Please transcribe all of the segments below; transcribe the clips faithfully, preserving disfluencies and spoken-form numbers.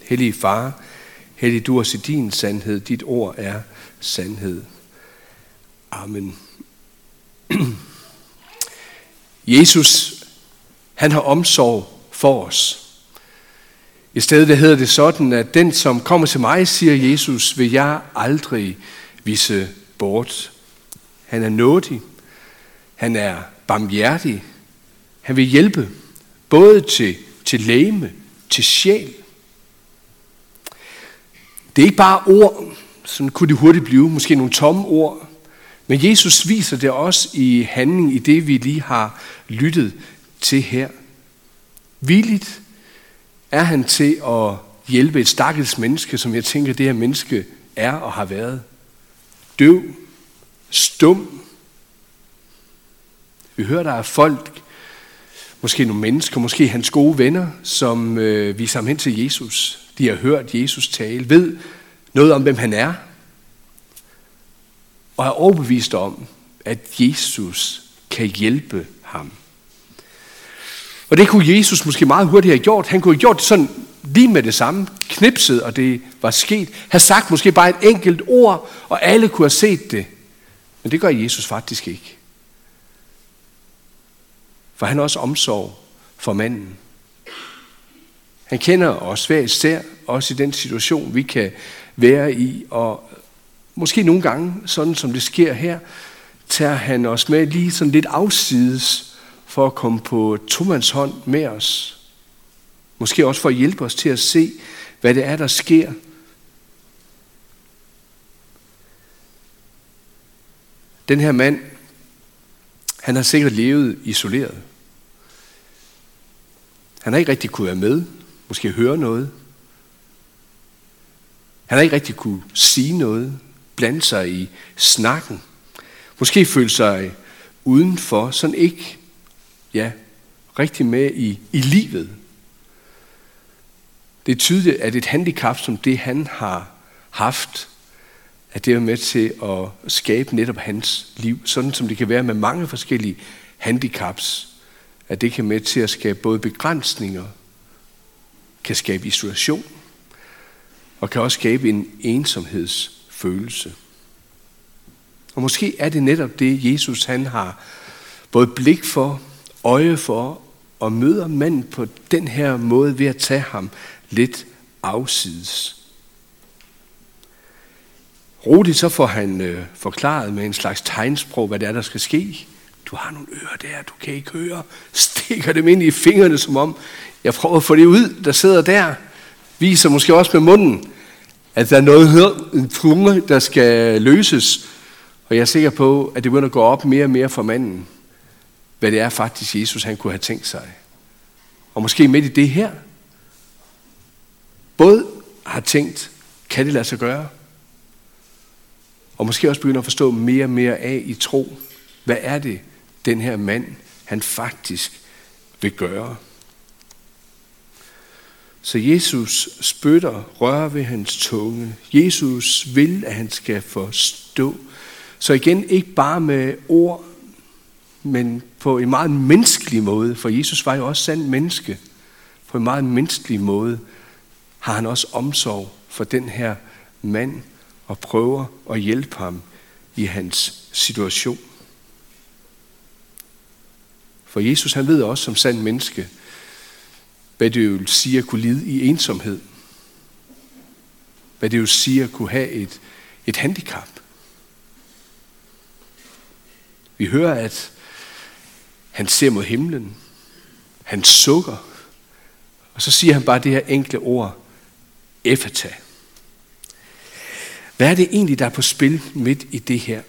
Hellige Far, hellig du os i din sandhed. Dit ord er sandhed. Amen. Jesus, han har omsorg for os. I stedet der hedder det sådan, at den, som kommer til mig, siger Jesus, vil jeg aldrig vise bort. Han er nådig. Han er barmhjertig. Han vil hjælpe både til, til legeme, til sjæl. Det er ikke bare ord, sådan kunne det hurtigt blive, måske nogle tomme ord. Men Jesus viser det også i handling, i det vi lige har lyttet til her. Villigt er han til at hjælpe et stakkels menneske, som jeg tænker, det her menneske er og har været. Døv, stum. Vi hører, der er folk, måske nogle mennesker, måske hans gode venner, som øh, viser ham hen til Jesus. De har hørt Jesus tale, ved noget om, hvem han er, og er overbevist om, at Jesus kan hjælpe ham. Og det kunne Jesus måske meget hurtigt have gjort. Han kunne have gjort det sådan lige med det samme, knipset, og det var sket. Have sagt måske bare et enkelt ord, og alle kunne have set det. Men det gør Jesus faktisk ikke. For han har også omsorg for manden. Han kender os hver især, også i den situation, vi kan være i. Og måske nogle gange, sådan som det sker her, tager han os med lige sådan lidt afsides for at komme på tomandshånd med os. Måske også for at hjælpe os til at se, hvad det er, der sker. Den her mand, han har sikkert levet isoleret. Han har ikke rigtig kunne være med, måske høre noget. Han har ikke rigtig kunne sige noget, blande sig i snakken. Måske føle sig udenfor, sådan ikke, ja, rigtig med i, i livet. Det er tydeligt, at et handicap som det, han har haft, at det er med til at skabe netop hans liv, sådan som det kan være med mange forskellige handicaps, at det kan med til at skabe både begrænsninger, kan skabe isolation, og kan også skabe en ensomhedsfølelse. Og måske er det netop det, Jesus han har både blik for, øje for, og møder manden på den her måde ved at tage ham lidt afsides. Roligt så får han øh, forklaret med en slags tegnsprog, hvad det er, der skal ske. Du har nogle ører der, du kan ikke høre. Stikker dem ind i fingrene, som om jeg prøver at få det ud, der sidder der. Viser måske også med munden, at der er noget her, en tunge, der skal løses. Og jeg er sikker på, at det begynder at gå op mere og mere for manden, hvad det er faktisk Jesus, han kunne have tænkt sig. Og måske midt i det her, både har tænkt, kan det lade sig gøre? Og måske også begynder at forstå mere og mere af i tro, hvad er det, den her mand, han faktisk vil gøre. Så Jesus spytter, rører ved hans tunge. Jesus vil, at han skal forstå. Så igen, ikke bare med ord, men på en meget menneskelig måde, for Jesus var jo også sand menneske. På en meget menneskelig måde har han også omsorg for den her mand, og prøver at hjælpe ham i hans situation. For Jesus, han ved også som sand menneske, hvad det vil sige at kunne lide i ensomhed. Hvad det vil sige at kunne have et, et handicap. Vi hører, at han ser mod himlen. Han sukker. Og så siger han bare det her enkle ord, Ephata. Hvad er det egentlig, der er på spil midt i det her?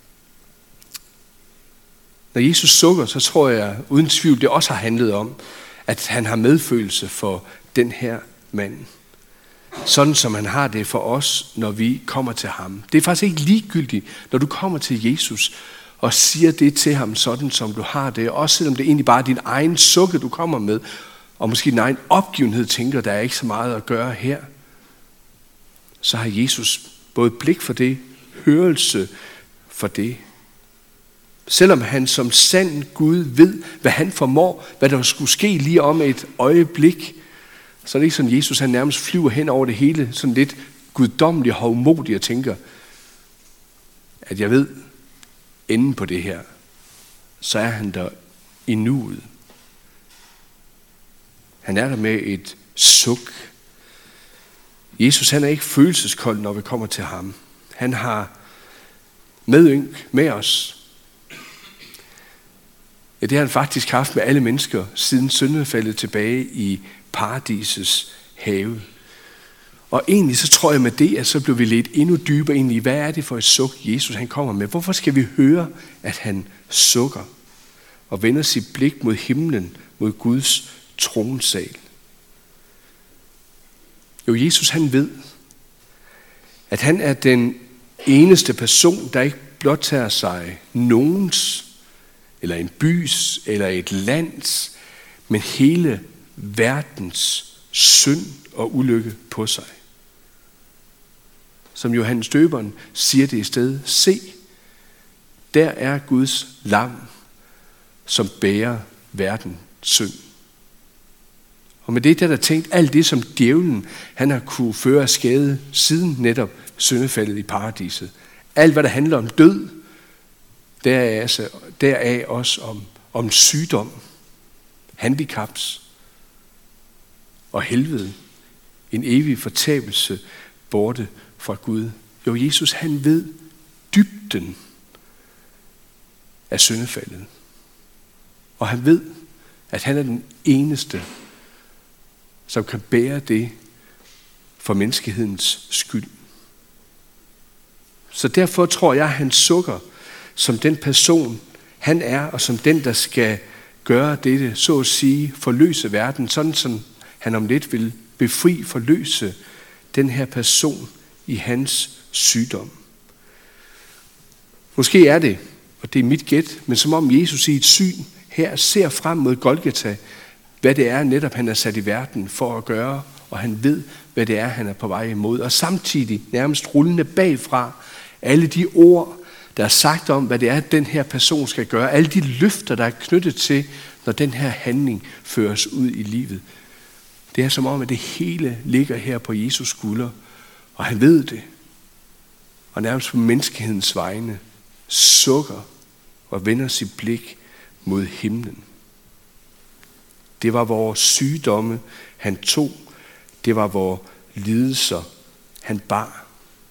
Når Jesus sukker, så tror jeg uden tvivl, det også har handlet om, at han har medfølelse for den her mand. Sådan som han har det for os, når vi kommer til ham. Det er faktisk ikke ligegyldigt, når du kommer til Jesus og siger det til ham, sådan som du har det. Også selvom det egentlig bare er din egen sukke, du kommer med, og måske din egen opgivenhed tænker, der er ikke så meget at gøre her. Så har Jesus både blik for det, hørelse for det. Selvom han som sand Gud ved, hvad han formår, hvad der skulle ske lige om et øjeblik, Så er det ikke sådan, Jesus han nærmest flyver hen over det hele, sådan lidt guddommelig og hovmodig og tænker, at jeg ved enden på det her, så er han der i nuet. Han er der med et suk. Jesus han er ikke følelseskold, når vi kommer til ham. Han har medynk med os. Ja, det har han faktisk haft med alle mennesker, siden syndefaldet tilbage i paradisets have. Og egentlig så tror jeg med det, at så bliver vi lidt endnu dybere ind i, hvad er det for et suk, Jesus han kommer med? Hvorfor skal vi høre, at han sukker og vender sit blik mod himlen, mod Guds tronsal? Jo, Jesus han ved, at han er den eneste person, der ikke blot tager sig nogens, eller en bys, eller et lands, men hele verdens synd og ulykke på sig. Som Johannes Døberen siger det i stedet, se, der er Guds lam, som bærer verdens synd. Og med det der er der tænkt, alt det som djævlen, han har kunne føre af skade siden netop syndefaldet i paradiset. Alt hvad der handler om død, deraf, altså, deraf også om, om sygdom, handicaps og helvede. En evig fortabelse borte fra Gud. Jo, Jesus han ved dybden af syndefaldet. Og han ved, at han er den eneste, som kan bære det for menneskehedens skyld. Så derfor tror jeg, at han sukker som den person, han er, og som den, der skal gøre dette, så at sige, forløse verden, sådan som han om lidt vil befri, forløse den her person i hans sygdom. Måske er det, og det er mit gæt, men som om Jesus i et syn her ser frem mod Golgata, hvad det er netop han er sat i verden for at gøre, og han ved, hvad det er han er på vej imod. Og samtidig nærmest rullende bagfra alle de ord, der er sagt om, hvad det er, den her person skal gøre. Alle de løfter, der er knyttet til, når den her handling føres ud i livet. Det er som om, at det hele ligger her på Jesus skulder, og han ved det. Og nærmest på menneskehedens vegne sukker og vender sit blik mod himlen. Det var vores sygdomme, han tog. Det var vores lidelser, han bar.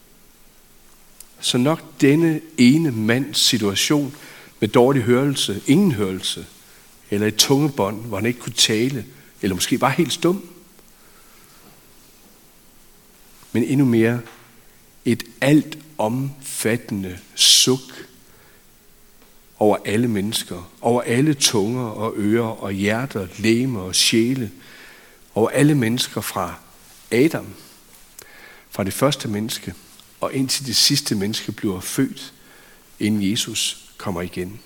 Så nok denne ene mands situation med dårlig hørelse, ingen hørelse, eller et tungebånd, hvor han ikke kunne tale, eller måske bare helt stum. Men endnu mere et alt omfattende suk over alle mennesker, over alle tunger og ører og hjerter, legemer og sjæle, over alle mennesker fra Adam, fra det første menneske, og indtil det sidste menneske bliver født, inden Jesus kommer igen.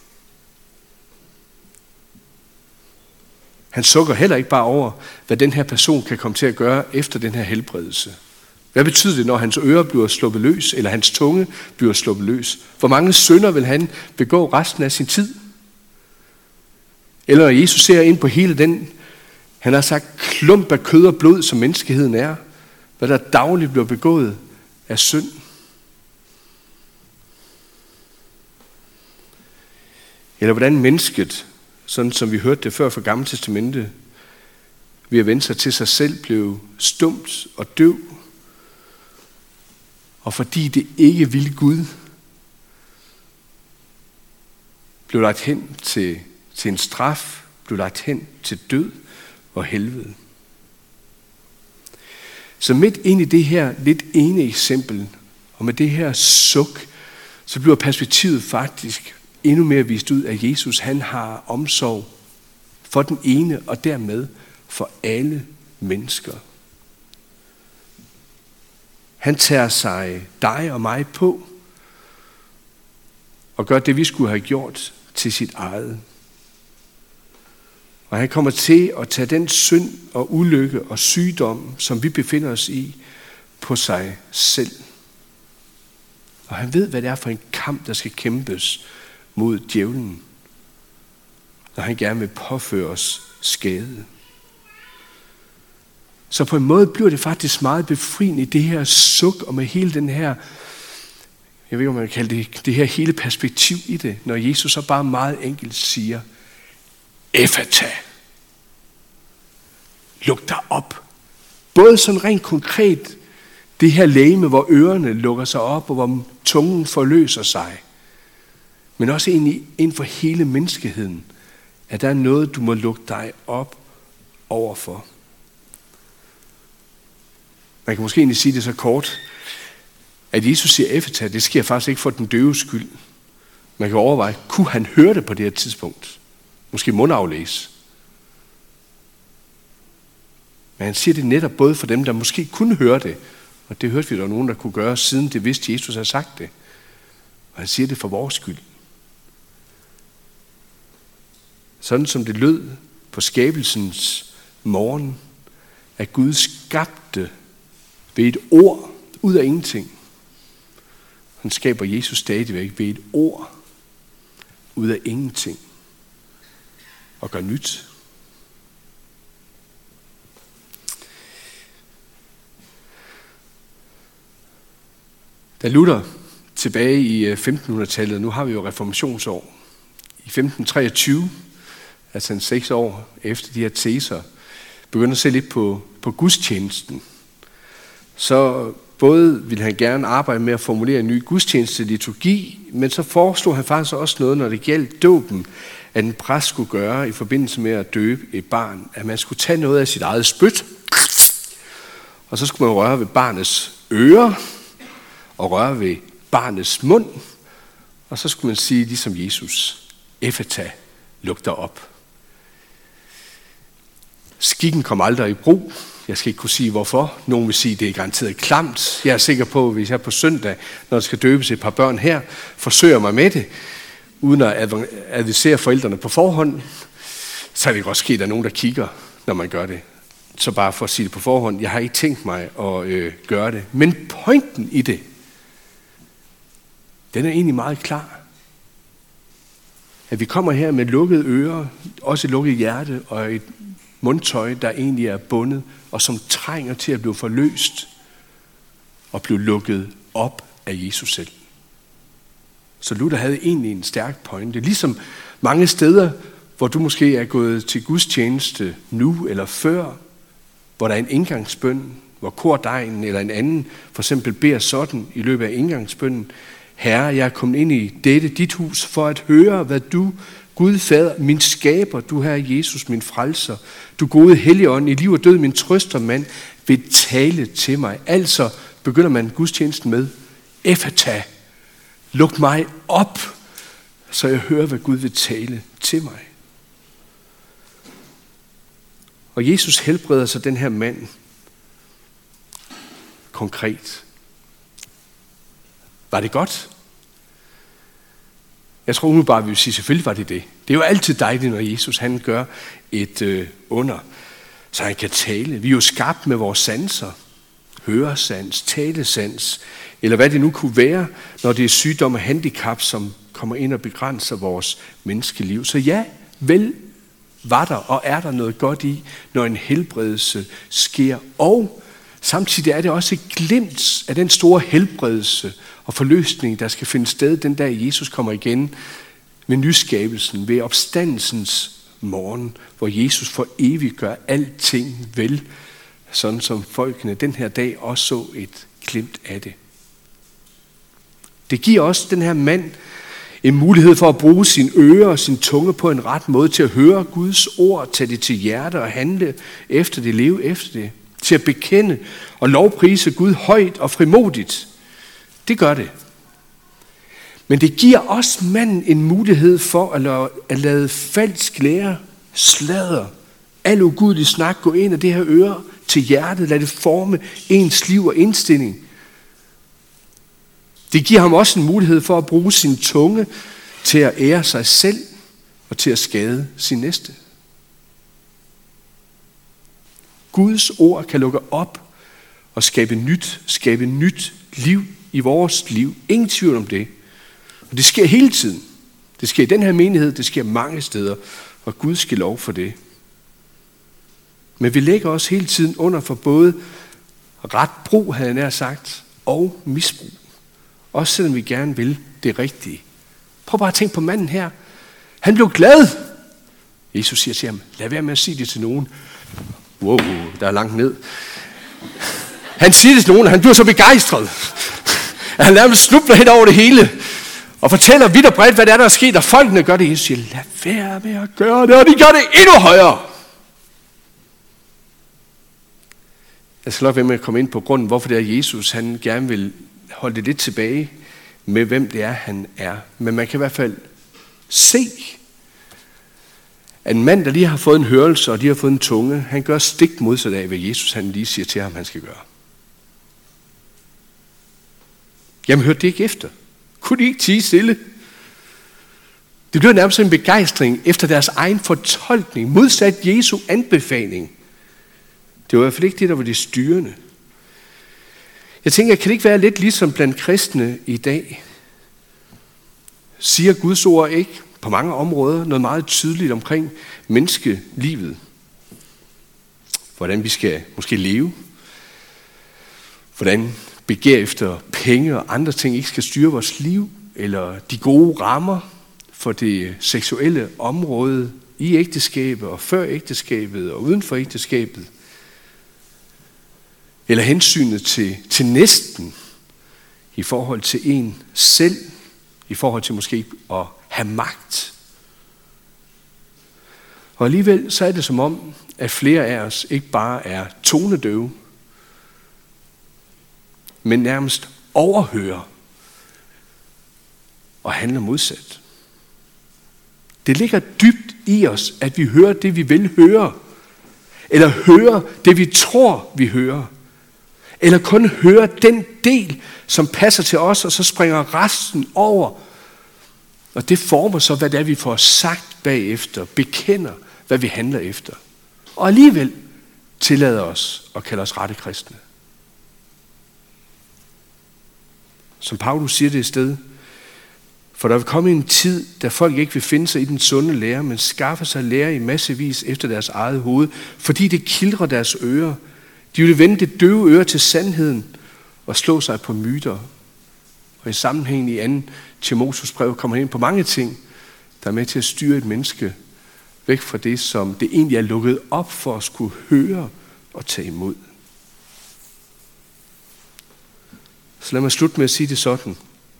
Han sukker heller ikke bare over, hvad den her person kan komme til at gøre efter den her helbredelse. Hvad betyder det, når hans ører bliver sluppet løs, eller hans tunge bliver sluppet løs? Hvor mange synder vil han begå resten af sin tid? Eller når Jesus ser ind på hele den, han har sagt, klump af kød og blod, som menneskeheden er, hvad der dagligt bliver begået af synd. Eller hvordan mennesket, sådan som vi hørte det før fra Gamle Testamente, ved at vende sig til sig selv, blev stumt og døv. Og fordi det ikke ville Gud, blev lagt hen til, til en straf, blev lagt hen til død og helvede. Så midt ind i det her lidt ene eksempel, og med det her suk, så bliver perspektivet faktisk endnu mere vist ud, at Jesus han har omsorg for den ene, og dermed for alle mennesker. Han tager sig dig og mig på, og gør det, vi skulle have gjort, til sit eget. Og han kommer til at tage den synd og ulykke og sygdom, som vi befinder os i, på sig selv. Og han ved, hvad det er for en kamp, der skal kæmpes mod djævlen, når han gerne vil påføre os skade. Så på en måde bliver det faktisk meget befriende i det her suk, og med hele den her, jeg ved ikke, om man kan kalde det, det her hele perspektiv i det, når Jesus så bare meget enkelt siger, Ephata, luk dig op. Både sådan rent konkret, det her legeme, hvor ørerne lukker sig op, og hvor tungen forløser sig, men også egentlig inden for hele menneskeheden, at der er noget, du må lukke dig op overfor. Man kan måske egentlig sige det så kort, at Jesus siger Ephata, det sker faktisk ikke for den døves skyld. Man kan overveje, kunne han høre det på det her tidspunkt? Måske mundaflæse. Men han siger det netop både for dem, der måske kunne høre det, og det hørte vi, der var nogen, der kunne gøre, siden det vidste, Jesus havde sagt det. Og han siger det for vores skyld. Sådan som det lød på skabelsens morgen, at Gud skabte ved et ord ud af ingenting. Han skaber Jesus stadigvæk ved et ord ud af ingenting og gør nyt. Da Luther tilbage i femtenhundredetallet, nu har vi jo reformationsår, i femten treogtyve, altså en seks år efter de her teser, begynder at se lidt på, på gudstjenesten. Så både ville han gerne arbejde med at formulere en ny gudstjenesteliturgi, men så foreslog han faktisk også noget, når det gjaldt dåben, at en præst skulle gøre i forbindelse med at døbe et barn, at man skulle tage noget af sit eget spyt, og så skulle man røre ved barnets ører, og røre ved barnets mund, og så skulle man sige, ligesom Jesus, Ephata, luk dig op. Skikken kom aldrig i brug. Jeg skal ikke kunne sige, hvorfor. Nogen vil sige, at det er garanteret klamt. Jeg er sikker på, at hvis jeg på søndag, når der skal døbes et par børn her, forsøger mig med det, uden at advisere forældrene på forhånd, så er det godt ske, at der er nogen, der kigger, når man gør det. Så bare for at sige det på forhånd, jeg har ikke tænkt mig at øh, gøre det. Men pointen i det, den er egentlig meget klar. At vi kommer her med lukkede ører, også et lukket hjerte og et mundtøj, der egentlig er bundet, og som trænger til at blive forløst og blive lukket op af Jesus selv. Så Luther havde egentlig en stærk pointe. Ligesom mange steder, hvor du måske er gået til gudstjeneste nu eller før, hvor der er en indgangsbøn, hvor kordejen eller en anden for eksempel beder sådan i løbet af indgangsbønnen, Herre, jeg er kommet ind i dette dit hus for at høre, hvad du, Gud Fader, min skaber, du Herre Jesus, min frelser, du gode Helligånd, i liv og død, min trøster mand, vil tale til mig. Altså begynder man gudstjenesten med, Ephata, luk mig op, så jeg hører, hvad Gud vil tale til mig. Og Jesus helbreder så den her mand konkret. Var det godt? Jeg tror umiddelbart, vi vil sige, selvfølgelig var det det. Det er jo altid dejligt, når Jesus han gør et øh, under, så han kan tale. Vi er jo skabt med vores sanser. Høresans, talesans, eller hvad det nu kunne være, når det er sygdom og handicap, som kommer ind og begrænser vores menneskeliv. Så ja, vel var der og er der noget godt i, når en helbredelse sker. Og samtidig er det også et glimt af den store helbredelse og forløsning, der skal finde sted den dag Jesus kommer igen ved nyskabelsen, ved opstandelsens morgen, hvor Jesus for evigt gør alting vel, sådan som folkene den her dag også så et glimt af det. Det giver også den her mand en mulighed for at bruge sine ører og sin tunge på en ret måde til at høre Guds ord, tage det til hjerte og handle efter det, leve efter det. Til at bekende og lovprise Gud højt og frimodigt. Det gør det. Men det giver også manden en mulighed for at lade, at lade falsk lære, sladder, al ugudelig snak gå ind af det her øre til hjertet. Lad det forme ens liv og indstilling. Det giver ham også en mulighed for at bruge sin tunge til at ære sig selv og til at skade sin næste. Guds ord kan lukke op og skabe nyt, skabe nyt liv i vores liv. Ingen tvivl om det. Og det sker hele tiden. Det sker i den her menighed, det sker mange steder, og Gud skal lov for det. Men vi lægger os hele tiden under for både ret brug, havde jeg nær sagt, og misbrug. Også selvom vi gerne vil det rigtige. Prøv bare at tænke på manden her. Han blev glad. Jesus siger til ham, lad være med at sige det til nogen. Wow, der er langt ned. Han siger det til nogen, og han bliver så begejstret, at han nærmest snubler hen over det hele, og fortæller vidt og bredt, hvad det er, der er sket, og folkene gør det. Jesus siger, lad være med at gøre det, og de gør det endnu højere. Jeg skal nok være med at komme ind på grunden, hvorfor det er Jesus, han gerne vil holde det lidt tilbage med, hvem det er, han er. Men man kan i hvert fald se, at en mand, der lige har fået en hørelse, og de har fået en tunge, han gør stik modsat af, hvad Jesus han lige siger til ham, han skal gøre. Jamen, hørte det ikke efter? Kunne de ikke tie stille? Det blev nærmest en begejstring efter deres egen fortolkning, modsat Jesu anbefaling. Det var i hvert fald ikke det, der var det styrende. Jeg tænker, kan det ikke være lidt ligesom blandt kristne i dag? Siger Guds ord ikke på mange områder noget meget tydeligt omkring menneskelivet? Hvordan vi skal måske leve? Hvordan begær efter penge og andre ting ikke skal styre vores liv? Eller de gode rammer for det seksuelle område i ægteskabet og før ægteskabet og uden for ægteskabet? Eller hensynet til, til næsten i forhold til en selv, i forhold til måske at have magt. Og alligevel så er det som om, at flere af os ikke bare er tonedøve, men nærmest overhører og handler modsat. Det ligger dybt i os, at vi hører det, vi vil høre, eller hører det, vi tror, vi hører. Eller kun høre den del, som passer til os, og så springer resten over. Og det former så, hvad det er, vi får sagt bagefter, bekender, hvad vi handler efter. Og alligevel tillader os at kalde os rette kristne. Som Paulus siger det i sted, for der vil komme en tid, da folk ikke vil finde sig i den sunde lære, men skaffe sig lære i massevis efter deres eget hoved, fordi det kildrer deres ører. De vil vende det døve øre til sandheden og slå sig på myter. Og i sammenhæng i anden Timotheus brev kommer han ind på mange ting, der er med til at styre et menneske væk fra det, som det egentlig er lukket op for at skulle høre og tage imod. Så lad mig slutte med at sige det sådan.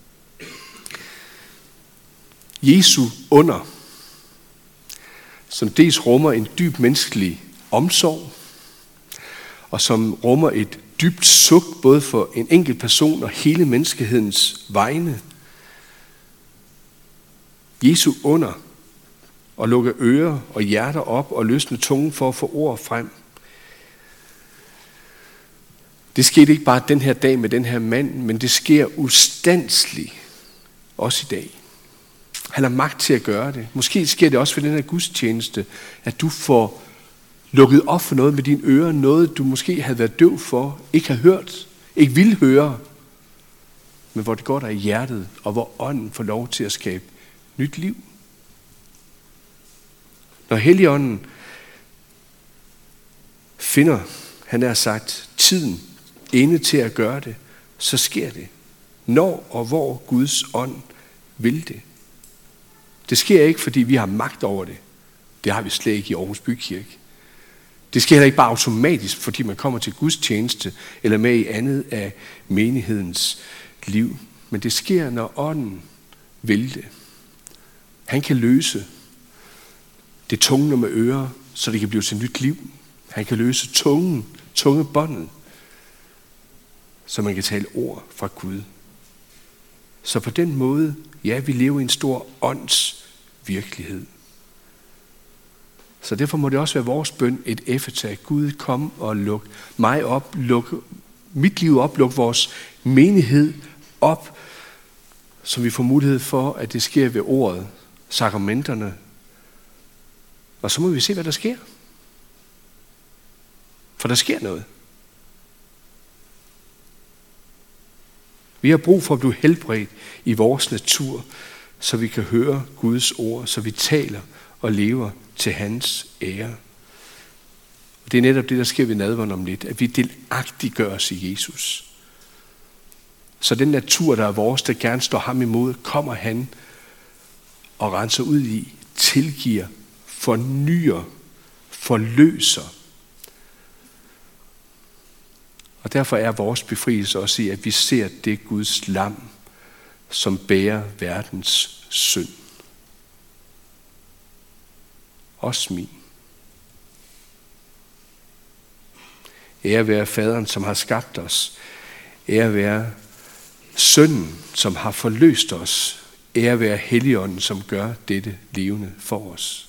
Jesu under, som dels rummer en dyb menneskelig omsorg, og som rummer et dybt suk både for en enkelt person og hele menneskehedens vegne. Jesu under og lukke ører og hjerter op og løsne tungen for at få ord frem. Det skete ikke bare den her dag med den her mand, men det sker ustandsligt også i dag. Han har magt til at gøre det. Måske sker det også for den her gudstjeneste, at du får lukket op for noget med dine ører, noget du måske havde været døv for, ikke har hørt, ikke vil høre, men hvor det går der i hjertet, og hvor ånden får lov til at skabe nyt liv. Når Helligånden finder, han har sagt, tiden inde til at gøre det, så sker det. Når og hvor Guds ånd vil det. Det sker ikke, fordi vi har magt over det. Det har vi slet ikke i Aarhus Bykirke. Det sker heller ikke bare automatisk, fordi man kommer til Guds tjeneste eller med i andet af menighedens liv. Men det sker, når ånden vil det. Han kan løse det tunge med ører, så det kan blive til nyt liv. Han kan løse tungen, tungebåndet, så man kan tale ord fra Gud. Så på den måde, ja, vi lever i en stor ånds virkelighed. Så derfor må det også være vores bøn, et effeta. Gud, kom og luk mig op, luk mit liv op, luk vores menighed op, så vi får mulighed for, at det sker ved ordet, sakramenterne. Og så må vi se, hvad der sker. For der sker noget. Vi har brug for at blive helbredt i vores natur, så vi kan høre Guds ord, så vi taler og lever til hans ære. Og det er netop det, der sker ved nadveren om lidt, at vi delagtiggøres i Jesus. Så den natur, der er vores, der gerne står ham imod, kommer han og renser ud i, tilgiver, fornyer, forløser. Og derfor er vores befrielse også i, at vi ser det Guds lam, som bærer verdens synd. Også min. Ære være faderen, som har skabt os. Ære være sønnen, som har forløst os. Ære være Helligånden, som gør dette levende for os.